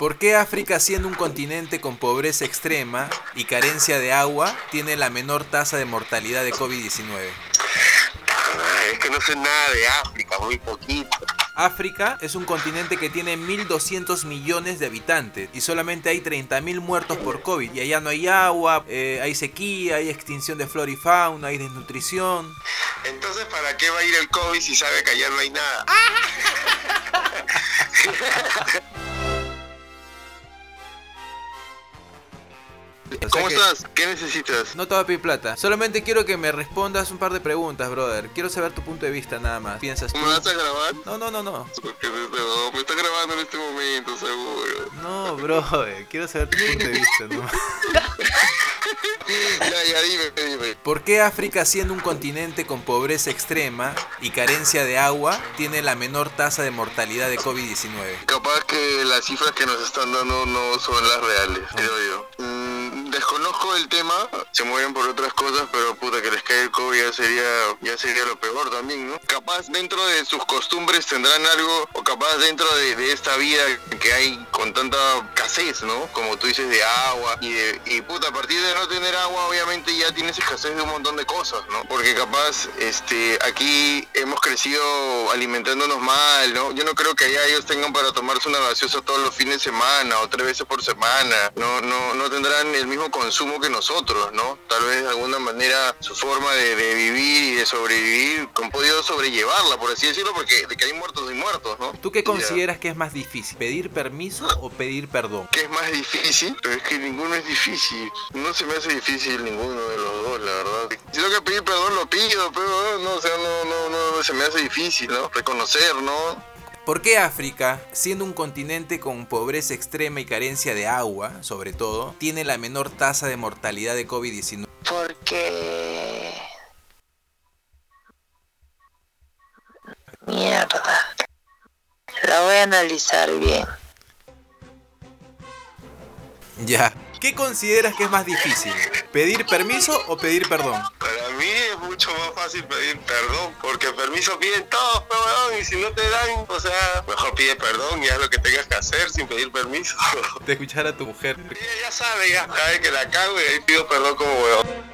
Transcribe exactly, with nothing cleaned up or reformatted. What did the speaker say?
¿Por qué África, siendo un continente con pobreza extrema y carencia de agua, tiene la menor tasa de mortalidad de COVID diecinueve? Ah, es que no sé nada de África, muy poquito. África es un continente que tiene mil doscientos millones de habitantes y solamente hay treinta mil muertos por COVID. Y allá no hay agua, eh, hay sequía, hay extinción de flora y fauna, hay desnutrición. Entonces, ¿para qué va a ir el COVID si sabe que allá no hay nada? O sea ¿Cómo que estás? ¿Qué necesitas? no te voy a pedir plata. Solamente quiero que me respondas un par de preguntas, brother. Quiero saber tu punto de vista nada más. ¿Piensas tú? ¿Me vas a grabar? No, no, no, no. Porque no, me está grabando en este momento, seguro. No, brother. Quiero saber tu punto de vista, ¿no? Ya, ya, dime, dime. ¿Por qué África, siendo un continente con pobreza extrema y carencia de agua, tiene la menor tasa de mortalidad de COVID diecinueve? Capaz que las cifras que nos están dando no son las reales, creo yo. Mm, desconozco el tema, se mueren por otras cosas, pero puta, que les caiga el COVID ya sería, ya sería lo peor también, ¿no? Capaz dentro de sus costumbres tendrán algo, o capaz dentro de, de esta vida que hay con tanta escasez, ¿no? Como tú dices, de agua, y, de, y puta, a partir de no tener agua, obviamente ya tienes escasez de un montón de cosas, ¿no? Porque capaz, este, aquí hemos crecido alimentándonos mal, ¿no? Yo no creo que allá ellos tengan para tomarse una gaseosa todos los fines de semana o tres veces por semana, no, no, no tendrán el mismo consumo que nosotros, ¿no? Tal vez de alguna manera su forma de, de vivir y de sobrevivir han podido sobrellevarla, por así decirlo, porque de que hay muertos y muertos, ¿no? ¿Tú qué Ya. consideras que es más difícil? ¿Pedir permiso o pedir perdón? ¿Qué es más difícil? Pero es que ninguno es difícil. No se me hace difícil ninguno de los dos, la verdad. Si tengo que pedir perdón, lo pido, pero no, o sea, no, no, no se me hace difícil, ¿no? Reconocer, ¿no? ¿Por qué África, siendo un continente con pobreza extrema y carencia de agua, sobre todo, tiene la menor tasa de mortalidad de COVID diecinueve? Porque... Mierda. La voy a analizar bien. Ya. ¿Qué consideras que es más difícil? ¿Pedir permiso o pedir perdón? Para mí es mucho más fácil pedir perdón, porque permiso piden todos, pero weón, y si no te dan, o sea, mejor pide perdón y haz lo que tengas que hacer sin pedir permiso. De escuchar a tu mujer. Ella ya sabe, ya sabe que la cago y ahí pido perdón como weón.